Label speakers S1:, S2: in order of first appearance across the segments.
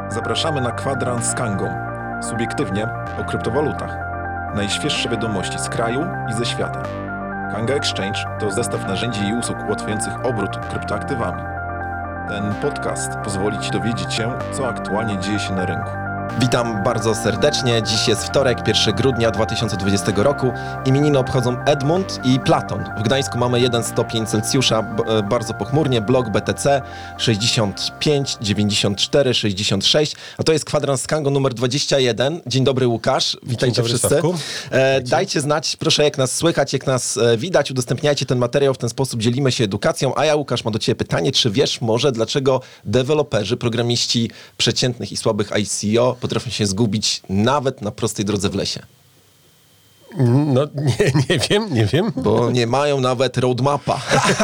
S1: Zapraszamy na kwadrans z Kangą. Subiektywnie o kryptowalutach. Najświeższe wiadomości z kraju i ze świata. Kanga Exchange to zestaw narzędzi i usług ułatwiających obrót kryptoaktywami. Ten podcast pozwoli Ci dowiedzieć się, co aktualnie dzieje się na rynku.
S2: Witam bardzo serdecznie. Dziś jest wtorek, 1 grudnia 2020 roku. Imieniny obchodzą Edmund i Platon. W Gdańsku mamy 1 stopień Celsjusza, bardzo pochmurnie. Blok BTC 65, 94, 66. A to jest kwadrans z Kangą numer 21. Dzień dobry, Łukasz. Witajcie wszyscy. Dajcie znać, proszę, jak nas słychać, jak nas widać. Udostępniajcie ten materiał, w ten sposób dzielimy się edukacją. A ja, Łukasz, mam do Ciebie pytanie. Czy wiesz może, dlaczego deweloperzy, programiści przeciętnych i słabych ICO potrafią się zgubić nawet na prostej drodze w lesie?
S3: No nie wiem.
S2: Bo nie mają nawet roadmapa.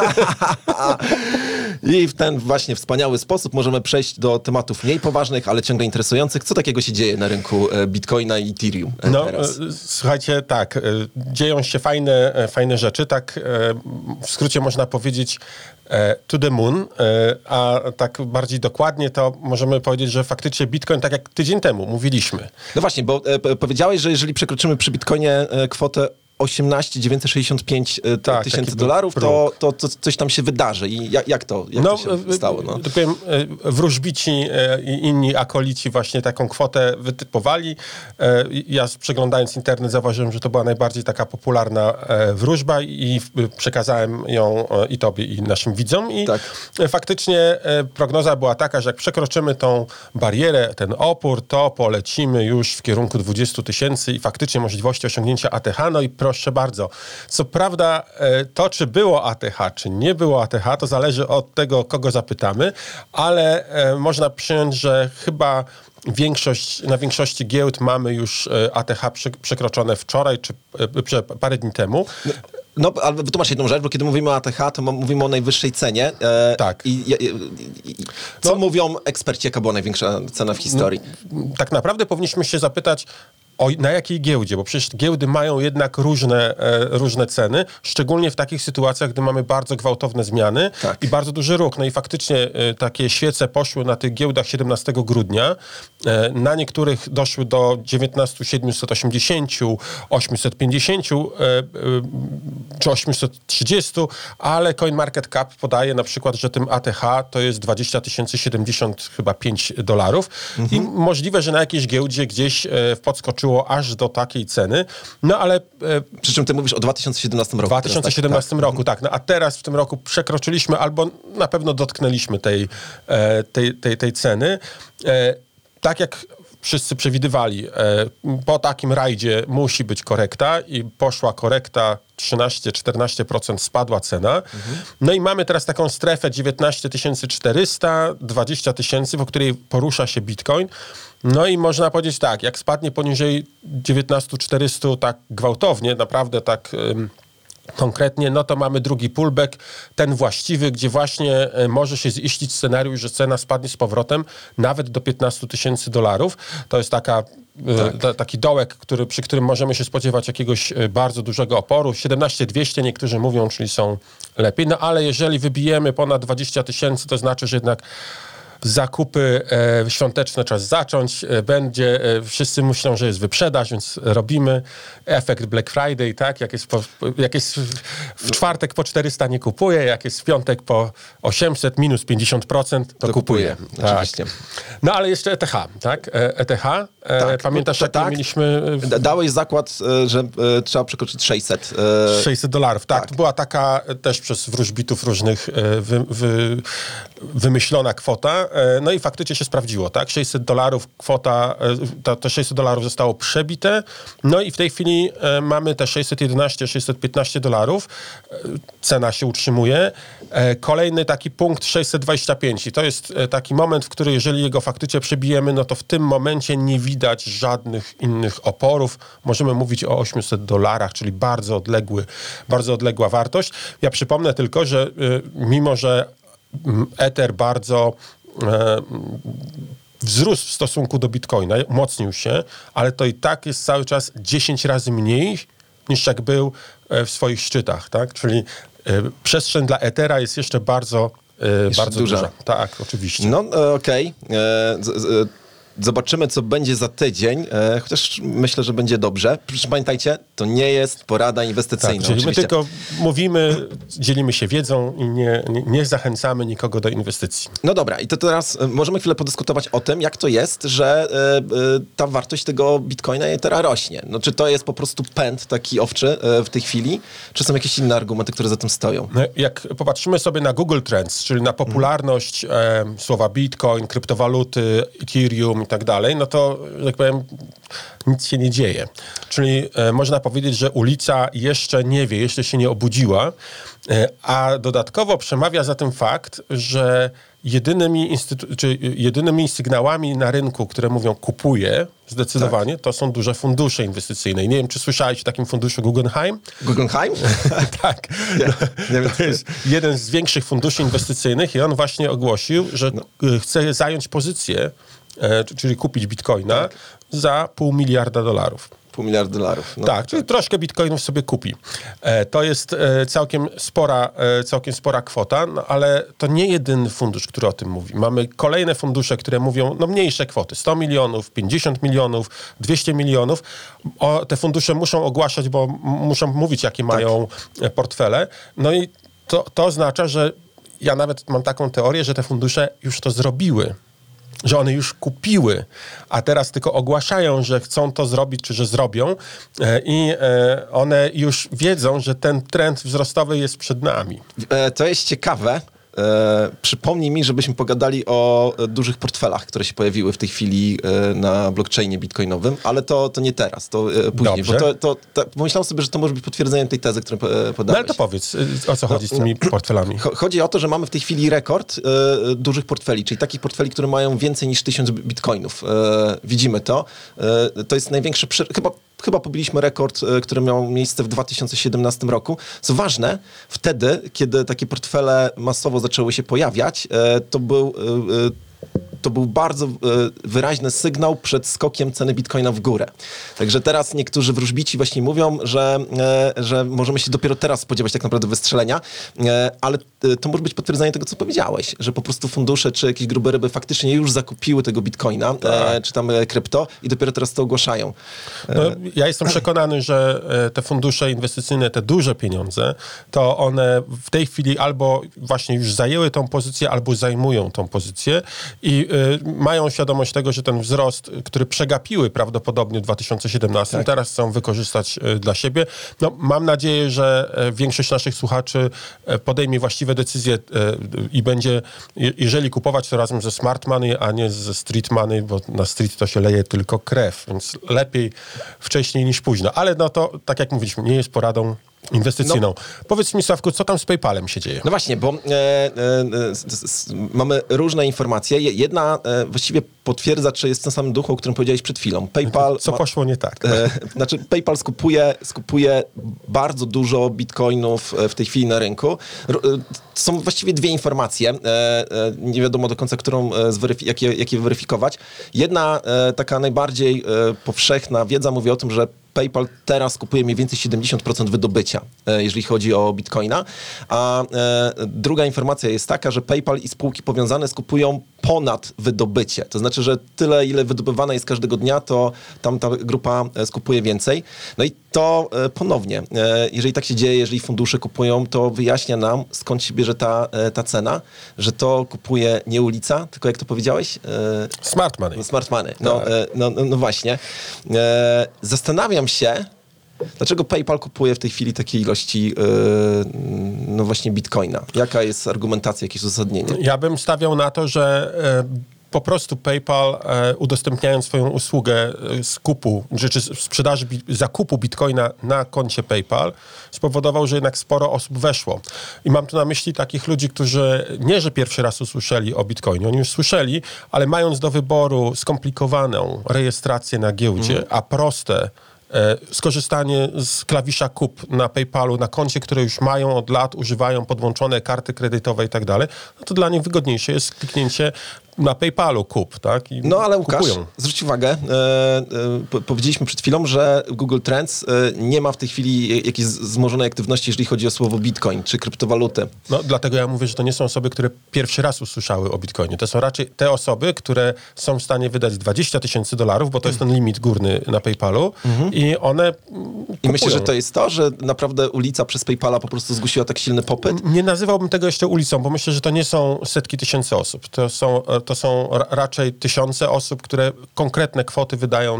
S2: I w ten właśnie wspaniały sposób możemy przejść do tematów mniej poważnych, ale ciągle interesujących. Co takiego się dzieje na rynku Bitcoina i Ethereum teraz?
S3: Słuchajcie, tak, dzieją się fajne rzeczy, tak w skrócie można powiedzieć to the moon, a tak bardziej dokładnie to możemy powiedzieć, że faktycznie Bitcoin, tak jak tydzień temu mówiliśmy.
S2: No właśnie, bo powiedziałeś, że jeżeli przekroczymy przy Bitcoinie kwotę 18 965 tysięcy dolarów, to coś tam się wydarzy. I jak to się stało? No?
S3: Tak powiem, wróżbici i inni akolici właśnie taką kwotę wytypowali. Ja przeglądając internet zauważyłem, że to była najbardziej taka popularna wróżba i przekazałem ją i tobie, i naszym widzom. I faktycznie prognoza była taka, że jak przekroczymy tą barierę, ten opór, to polecimy już w kierunku 20 tysięcy i faktycznie możliwości osiągnięcia ATH. No i proszę bardzo. Co prawda to, czy było ATH, czy nie było ATH, to zależy od tego, kogo zapytamy, ale można przyjąć, że chyba na większości giełd mamy już ATH przekroczone wczoraj, czy parę dni temu.
S2: No, ale wytłumacz jedną rzecz, bo kiedy mówimy o ATH, to mówimy o najwyższej cenie.
S3: Tak.
S2: Co mówią eksperci, jaka była największa cena w historii?
S3: Tak naprawdę powinniśmy się zapytać, na jakiej giełdzie, bo przecież giełdy mają jednak różne ceny, szczególnie w takich sytuacjach, gdy mamy bardzo gwałtowne zmiany i bardzo duży ruch. No i faktycznie takie świece poszły na tych giełdach 17 grudnia. Na niektórych doszły do 19 780, 850 czy 830, ale CoinMarketCap podaje na przykład, że tym ATH to jest 20 070 chyba $5. I możliwe, że na jakiejś giełdzie gdzieś podskoczyło aż do takiej ceny, no ale...
S2: Przy czym ty mówisz o 2017 roku.
S3: 2017 roku, tak. No a teraz w tym roku przekroczyliśmy albo na pewno dotknęliśmy tej ceny. Tak jak wszyscy przewidywali, po takim rajdzie musi być korekta i poszła korekta 13-14% spadła cena. No i mamy teraz taką strefę 19 400, 20 tysięcy, w której porusza się Bitcoin. No i można powiedzieć tak, jak spadnie poniżej 19 400 tak gwałtownie, naprawdę tak konkretnie, no to mamy drugi pullback, ten właściwy, gdzie właśnie może się ziścić scenariusz, że cena spadnie z powrotem nawet do 15 tysięcy dolarów. To jest taki dołek, przy którym możemy się spodziewać jakiegoś bardzo dużego oporu. 17 200 niektórzy mówią, czyli są lepiej. No ale jeżeli wybijemy ponad 20 tysięcy, to znaczy, że jednak zakupy świąteczne czas zacząć. Wszyscy myślą, że jest wyprzedaż, więc robimy efekt Black Friday, tak? Jak jest w czwartek po 400 nie kupuję, jak jest w piątek po 800 minus 50%, to kupuję.
S2: Oczywiście.
S3: Tak. No ale jeszcze ETH, tak? ETH, pamiętasz, jak mieliśmy...
S2: Dałeś zakład, że trzeba przekroczyć 600.
S3: $600, tak. To była taka też przez wróżbitów różnych wymyślona kwota. No i faktycznie się sprawdziło, tak? $600 kwota, to $600 zostało przebite. No i w tej chwili mamy te $611-615. Cena się utrzymuje. Kolejny taki punkt 625 i to jest taki moment, w którym jeżeli jego faktycznie przebijemy, no to w tym momencie nie widać żadnych innych oporów. Możemy mówić o $800, czyli bardzo odległa wartość. Ja przypomnę tylko, że mimo, że Ether bardzo wzrósł w stosunku do Bitcoina, umocnił się, ale to i tak jest cały czas 10 razy mniej niż jak był w swoich szczytach, tak? Czyli przestrzeń dla Ethera jest jeszcze bardzo duża. Tak, oczywiście.
S2: No okej. Zobaczymy, co będzie za tydzień, chociaż myślę, że będzie dobrze. Proszę pamiętajcie, to nie jest porada inwestycyjna.
S3: Tak, czyli my
S2: oczywiście.
S3: tylko mówimy, dzielimy się wiedzą i nie zachęcamy nikogo do inwestycji.
S2: No dobra, i to teraz możemy chwilę podyskutować o tym, jak to jest, że ta wartość tego bitcoina teraz rośnie. No, czy to jest po prostu pęd taki owczy w tej chwili, czy są jakieś inne argumenty, które za tym stoją?
S3: No, jak popatrzymy sobie na Google Trends, czyli na popularność słowa bitcoin, kryptowaluty, Ethereum i tak dalej, no to, że tak powiem, nic się nie dzieje. Czyli można powiedzieć, że ulica jeszcze nie wie, jeszcze się nie obudziła, a dodatkowo przemawia za tym fakt, że jedynymi sygnałami na rynku, które mówią kupuję zdecydowanie, to są duże fundusze inwestycyjne. I nie wiem, czy słyszałeś o takim funduszu Guggenheim?
S2: Guggenheim?
S3: Tak. To jest jeden z większych funduszy inwestycyjnych i on właśnie ogłosił, że chce zająć pozycję, czyli kupić bitcoina za $500 miliarda.
S2: $500 miliarda. No.
S3: Tak, czyli troszkę bitcoinów sobie kupi. To jest całkiem spora kwota, no, ale to nie jedyny fundusz, który o tym mówi. Mamy kolejne fundusze, które mówią mniejsze kwoty, 100 milionów, 50 milionów, 200 milionów. Te fundusze muszą ogłaszać, bo muszą mówić, jakie mają portfele. No i to oznacza, że ja nawet mam taką teorię, że te fundusze już to zrobiły. Że one już kupiły, a teraz tylko ogłaszają, że chcą to zrobić, czy że zrobią i one już wiedzą, że ten trend wzrostowy jest przed nami.
S2: To jest ciekawe. Przypomnij mi, żebyśmy pogadali o dużych portfelach, które się pojawiły w tej chwili na blockchainie bitcoinowym, ale to nie teraz, to później.
S3: Dobrze.
S2: Bo pomyślałem sobie, że to może być potwierdzeniem tej tezy, którą podałeś.
S3: No ale to powiedz, o co chodzi z tymi portfelami?
S2: Chodzi o to, że mamy w tej chwili rekord dużych portfeli, czyli takich portfeli, które mają więcej niż 1000 bitcoinów. Widzimy to. To jest największy... Chyba pobiliśmy rekord, który miał miejsce w 2017 roku. Co ważne, wtedy, kiedy takie portfele masowo zaczęły się pojawiać, to był bardzo wyraźny sygnał przed skokiem ceny bitcoina w górę. Także teraz niektórzy wróżbici właśnie mówią, że możemy się dopiero teraz spodziewać tak naprawdę wystrzelenia, ale to może być potwierdzenie tego, co powiedziałeś, że po prostu fundusze czy jakieś grube ryby faktycznie już zakupiły tego bitcoina, czy tam krypto i dopiero teraz to ogłaszają.
S3: No, ja jestem przekonany, że te fundusze inwestycyjne, te duże pieniądze, to one w tej chwili albo właśnie już zajęły tą pozycję, albo zajmują tą pozycję i mają świadomość tego, że ten wzrost, który przegapiły prawdopodobnie w 2017, teraz chcą wykorzystać dla siebie. No, mam nadzieję, że większość naszych słuchaczy podejmie właściwe decyzje i będzie, jeżeli kupować, to razem ze smart money, a nie ze street money, bo na street to się leje tylko krew, więc lepiej wcześniej niż późno. Ale no to, tak jak mówiliśmy, nie jest poradą inwestycyjną. Powiedz mi, Sławku, co tam z PayPalem się dzieje?
S2: No właśnie, bo mamy różne informacje. Jedna właściwie potwierdza, czy jest w tym samym duchu, o którym powiedziałeś przed chwilą. PayPal...
S3: Co poszło nie tak?
S2: Znaczy, PayPal skupuje bardzo dużo bitcoinów w tej chwili na rynku. Są właściwie dwie informacje. Nie wiadomo do końca, którą jakie weryfikować. Jedna, taka najbardziej powszechna wiedza mówi o tym, że PayPal teraz kupuje mniej więcej 70% wydobycia, jeżeli chodzi o bitcoina, a druga informacja jest taka, że PayPal i spółki powiązane skupują ponad wydobycie. To znaczy, że tyle, ile wydobywane jest każdego dnia, to tam ta grupa skupuje więcej. No i to ponownie, jeżeli tak się dzieje, jeżeli fundusze kupują, to wyjaśnia nam, skąd się bierze ta cena, że to kupuje nie ulica, tylko jak to powiedziałeś?
S3: Smart money.
S2: Smart money. No właśnie. Zastanawiam się, dlaczego PayPal kupuje w tej chwili takiej ilości no właśnie bitcoina. Jaka jest argumentacja, jakieś uzasadnienie?
S3: Ja bym stawiał na to, że po prostu PayPal, udostępniając swoją usługę skupu, czy sprzedaży, zakupu bitcoina na koncie PayPal, spowodował, że jednak sporo osób weszło. I mam tu na myśli takich ludzi, którzy nie, że pierwszy raz usłyszeli o bitcoinie, oni już słyszeli, ale mając do wyboru skomplikowaną rejestrację na giełdzie, a proste skorzystanie z klawisza kup na PayPalu, na koncie, które już mają od lat, używają podłączone karty kredytowe i tak dalej, no to dla nich wygodniejsze jest kliknięcie na PayPalu kup, tak? I
S2: No ale Łukasz,
S3: kupują.
S2: zwróć uwagę, powiedzieliśmy przed chwilą, że Google Trends nie ma w tej chwili jakiejś wzmożonej aktywności, jeżeli chodzi o słowo Bitcoin czy kryptowaluty.
S3: No, dlatego ja mówię, że to nie są osoby, które pierwszy raz usłyszały o Bitcoinie. To są raczej te osoby, które są w stanie wydać $20,000, bo to jest ten limit górny na PayPalu i one kupują.
S2: I myślę, że to jest to, że naprawdę ulica przez PayPala po prostu zgłosiła tak silny popyt.
S3: Nie nazywałbym tego jeszcze ulicą, bo myślę, że to nie są setki tysięcy osób. To są raczej tysiące osób, które konkretne kwoty wydają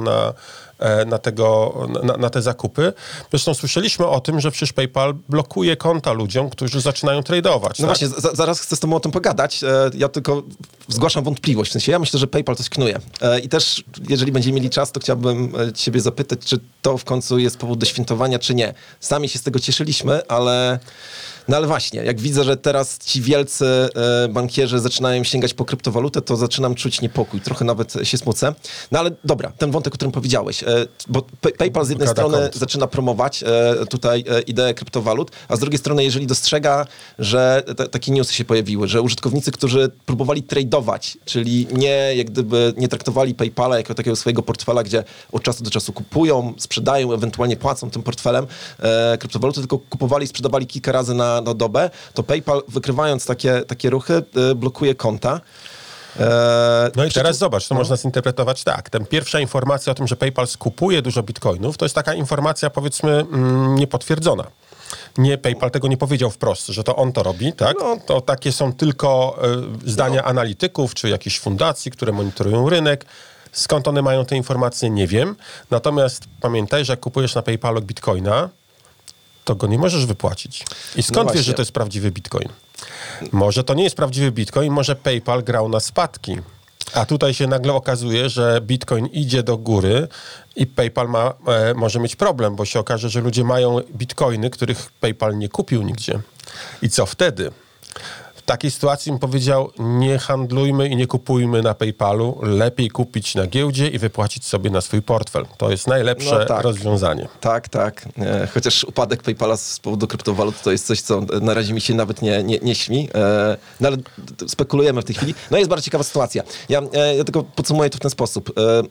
S3: na te zakupy. Zresztą słyszeliśmy o tym, że przecież PayPal blokuje konta ludziom, którzy zaczynają tradeować.
S2: No
S3: tak?
S2: właśnie, zaraz chcę z tobą o tym pogadać. Ja tylko zgłaszam wątpliwość. W sensie ja myślę, że PayPal coś knuje. I też, jeżeli będziemy mieli czas, to chciałbym ciebie zapytać, czy to w końcu jest powód do świętowania, czy nie. Sami się z tego cieszyliśmy, ale... No ale właśnie, jak widzę, że teraz ci wielcy bankierzy zaczynają sięgać po kryptowalutę, to zaczynam czuć niepokój. Trochę nawet się smucę. No ale dobra, ten wątek, o którym powiedziałeś. Bo PayPal z jednej strony zaczyna promować tutaj ideę kryptowalut, a z drugiej strony, jeżeli dostrzega, że takie newsy się pojawiły, że użytkownicy, którzy próbowali tradeować, czyli nie traktowali PayPala jako takiego swojego portfela, gdzie od czasu do czasu kupują, sprzedają, ewentualnie płacą tym portfelem kryptowaluty, tylko kupowali i sprzedawali kilka razy na dobę, to PayPal, wykrywając takie ruchy, blokuje konta.
S3: No i teraz zobacz, to można zinterpretować tak. Ten pierwsza informacja o tym, że PayPal skupuje dużo bitcoinów, to jest taka informacja, powiedzmy, niepotwierdzona. PayPal tego nie powiedział wprost, że to on to robi, tak? No. To takie są tylko zdania analityków, czy jakichś fundacji, które monitorują rynek. Skąd one mają te informacje, nie wiem. Natomiast pamiętaj, że jak kupujesz na PayPalu bitcoina, to go nie możesz wypłacić. I skąd wiesz, że to jest prawdziwy bitcoin? Może to nie jest prawdziwy bitcoin, może PayPal grał na spadki. A tutaj się nagle okazuje, że bitcoin idzie do góry i PayPal może mieć problem, bo się okaże, że ludzie mają bitcoiny, których PayPal nie kupił nigdzie. I co wtedy? W takiej sytuacji bym powiedział, nie handlujmy i nie kupujmy na PayPalu, lepiej kupić na giełdzie i wypłacić sobie na swój portfel. To jest najlepsze rozwiązanie.
S2: Tak. Chociaż upadek PayPala z powodu kryptowalut to jest coś, co na razie mi się nawet nie śni. No ale spekulujemy w tej chwili. No jest bardzo ciekawa sytuacja. Ja tylko podsumuję to w ten sposób.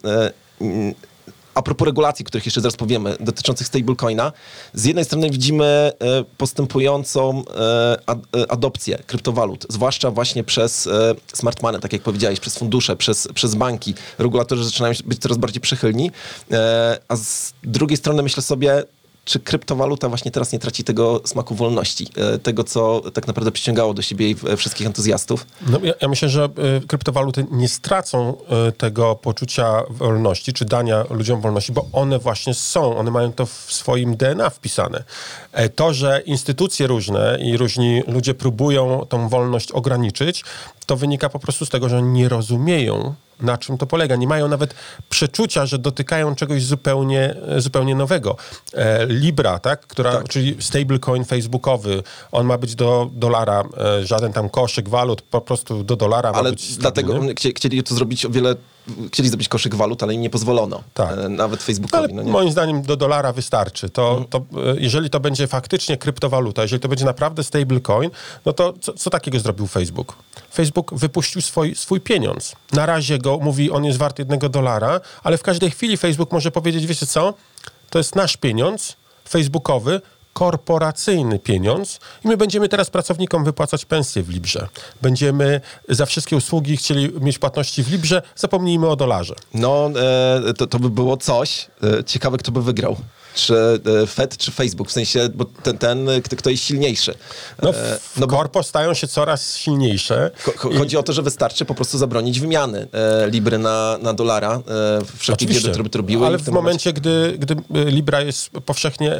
S2: A propos regulacji, których jeszcze zaraz powiemy, dotyczących stablecoina, z jednej strony widzimy postępującą adopcję kryptowalut, zwłaszcza właśnie przez smart money, tak jak powiedziałeś, przez fundusze, przez banki. Regulatorzy zaczynają być coraz bardziej przychylni, a z drugiej strony myślę sobie, czy kryptowaluta właśnie teraz nie traci tego smaku wolności, tego, co tak naprawdę przyciągało do siebie wszystkich entuzjastów?
S3: No, ja myślę, że kryptowaluty nie stracą tego poczucia wolności, czy dania ludziom wolności, bo one właśnie są, one mają to w swoim DNA wpisane. To, że instytucje różne i różni ludzie próbują tą wolność ograniczyć, to wynika po prostu z tego, że nie rozumieją, na czym to polega. Nie mają nawet przeczucia, że dotykają czegoś zupełnie nowego. Libra, tak? Czyli stablecoin facebookowy, on ma być do dolara, żaden tam koszyk walut, po prostu do dolara ma być stabilny.
S2: Dlatego chcieli to zrobić chcieli zrobić koszyk walut, ale im nie pozwolono.
S3: Tak.
S2: Nawet Facebookowi.
S3: Ale moim zdaniem do dolara wystarczy. Jeżeli to będzie faktycznie kryptowaluta, jeżeli to będzie naprawdę stablecoin, no to co takiego zrobił Facebook? Facebook wypuścił swój pieniądz. Na razie mówi, on jest wart $1, ale w każdej chwili Facebook może powiedzieć, wiecie co, to jest nasz pieniądz facebookowy, korporacyjny pieniądz i my będziemy teraz pracownikom wypłacać pensje w Librze. Będziemy za wszystkie usługi chcieli mieć płatności w Librze, zapomnijmy o dolarze.
S2: No, to by było coś. Ciekawe, kto by wygrał. Czy Fed, czy Facebook? W sensie, bo kto jest silniejszy.
S3: Korpo stają się coraz silniejsze.
S2: Chodzi o to, że wystarczy po prostu zabronić wymiany Libry na dolara. Wszelkie giełdy, które by to robiły.
S3: Ale w momencie, gdy Libra jest powszechnie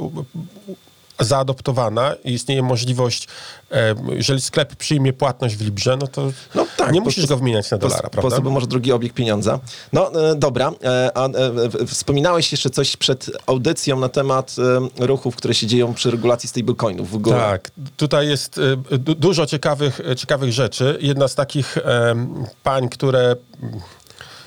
S3: zaadoptowana i istnieje możliwość, jeżeli sklep przyjmie płatność w Librze, no to nie musisz go wymieniać na dolara, prawda?
S2: Po prostu może drugi obieg pieniądza. No dobra, wspominałeś jeszcze coś przed audycją na temat ruchów, które się dzieją przy regulacji stablecoinów w ogóle.
S3: Tak, tutaj jest dużo ciekawych rzeczy. Jedna z takich pań, które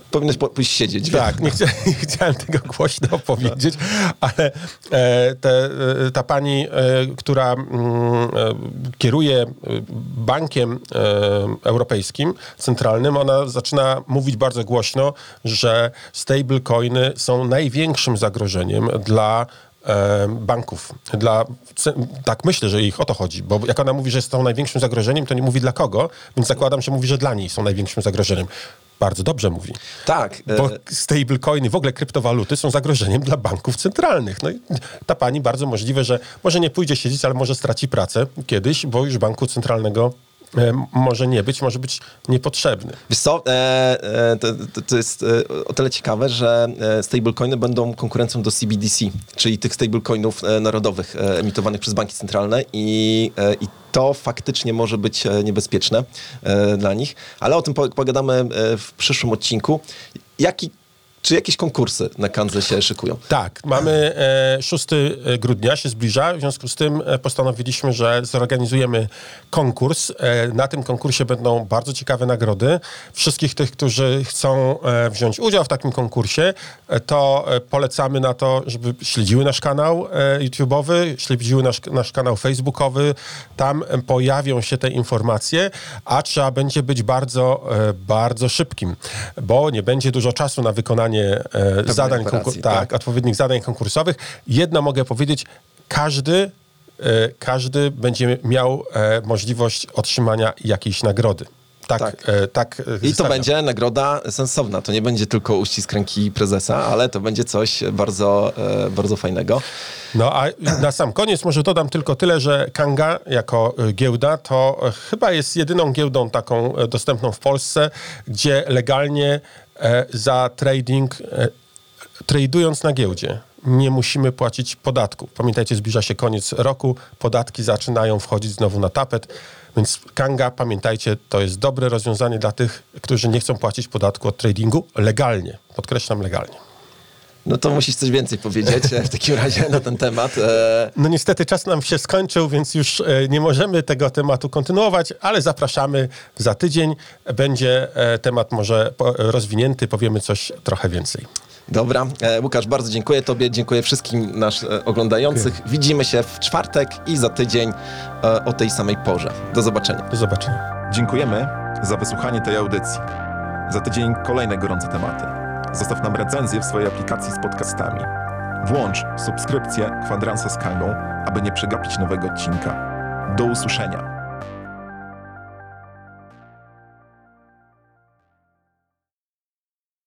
S2: Powinieneś pójść siedzieć.
S3: Tak, nie chciałem tego głośno powiedzieć, ale ta pani, która kieruje bankiem europejskim, centralnym, ona zaczyna mówić bardzo głośno, że stablecoiny są największym zagrożeniem dla banków. Tak myślę, że ich o to chodzi, bo jak ona mówi, że są największym zagrożeniem, to nie mówi dla kogo, więc zakładam, że mówi, że dla niej są największym zagrożeniem. Bardzo dobrze mówi.
S2: Tak.
S3: Bo stablecoiny, w ogóle kryptowaluty są zagrożeniem dla banków centralnych. No i ta pani bardzo możliwe, że może nie pójdzie siedzieć, ale może straci pracę kiedyś, bo już banku centralnego może nie być, może być niepotrzebny.
S2: Wiesz co, to jest o tyle ciekawe, że stablecoiny będą konkurencją do CBDC, czyli tych stablecoinów narodowych emitowanych przez banki centralne i to faktycznie może być niebezpieczne dla nich, ale o tym pogadamy w przyszłym odcinku. Czy jakieś konkursy na Kandze się szykują?
S3: Tak, mamy 6 grudnia, się zbliża, w związku z tym postanowiliśmy, że zorganizujemy konkurs. Na tym konkursie będą bardzo ciekawe nagrody. Wszystkich tych, którzy chcą wziąć udział w takim konkursie, to polecamy na to, żeby śledziły nasz kanał YouTube'owy, śledziły nasz kanał Facebookowy. Tam pojawią się te informacje, a trzeba będzie być bardzo, bardzo szybkim, bo nie będzie dużo czasu na wykonanie zadań, odpowiednich zadań konkursowych. Jedno mogę powiedzieć, każdy będzie miał możliwość otrzymania jakiejś nagrody. Tak.
S2: I to będzie nagroda sensowna. To nie będzie tylko uścisk ręki prezesa, ale to będzie coś bardzo, bardzo fajnego.
S3: No a na sam koniec może dodam tylko tyle, że Kanga jako giełda to chyba jest jedyną giełdą taką dostępną w Polsce, gdzie legalnie za trading, tradując na giełdzie, nie musimy płacić podatku. Pamiętajcie, zbliża się koniec roku, podatki zaczynają wchodzić znowu na tapet, więc Kanga, pamiętajcie, to jest dobre rozwiązanie dla tych, którzy nie chcą płacić podatku od tradingu legalnie. Podkreślam, legalnie.
S2: No to musisz coś więcej powiedzieć w takim razie na ten temat.
S3: No niestety czas nam się skończył, więc już nie możemy tego tematu kontynuować, ale zapraszamy za tydzień. Będzie temat może rozwinięty, powiemy coś trochę więcej.
S2: Dobra, Łukasz, bardzo dziękuję Tobie, dziękuję wszystkim oglądających. Dziękuję. Widzimy się w czwartek i za tydzień o tej samej porze. Do zobaczenia.
S3: Do zobaczenia.
S1: Dziękujemy za wysłuchanie tej audycji. Za tydzień kolejne gorące tematy. Zostaw nam recenzję w swojej aplikacji z podcastami. Włącz subskrypcję Kwadransa z Kangą, aby nie przegapić nowego odcinka. Do usłyszenia.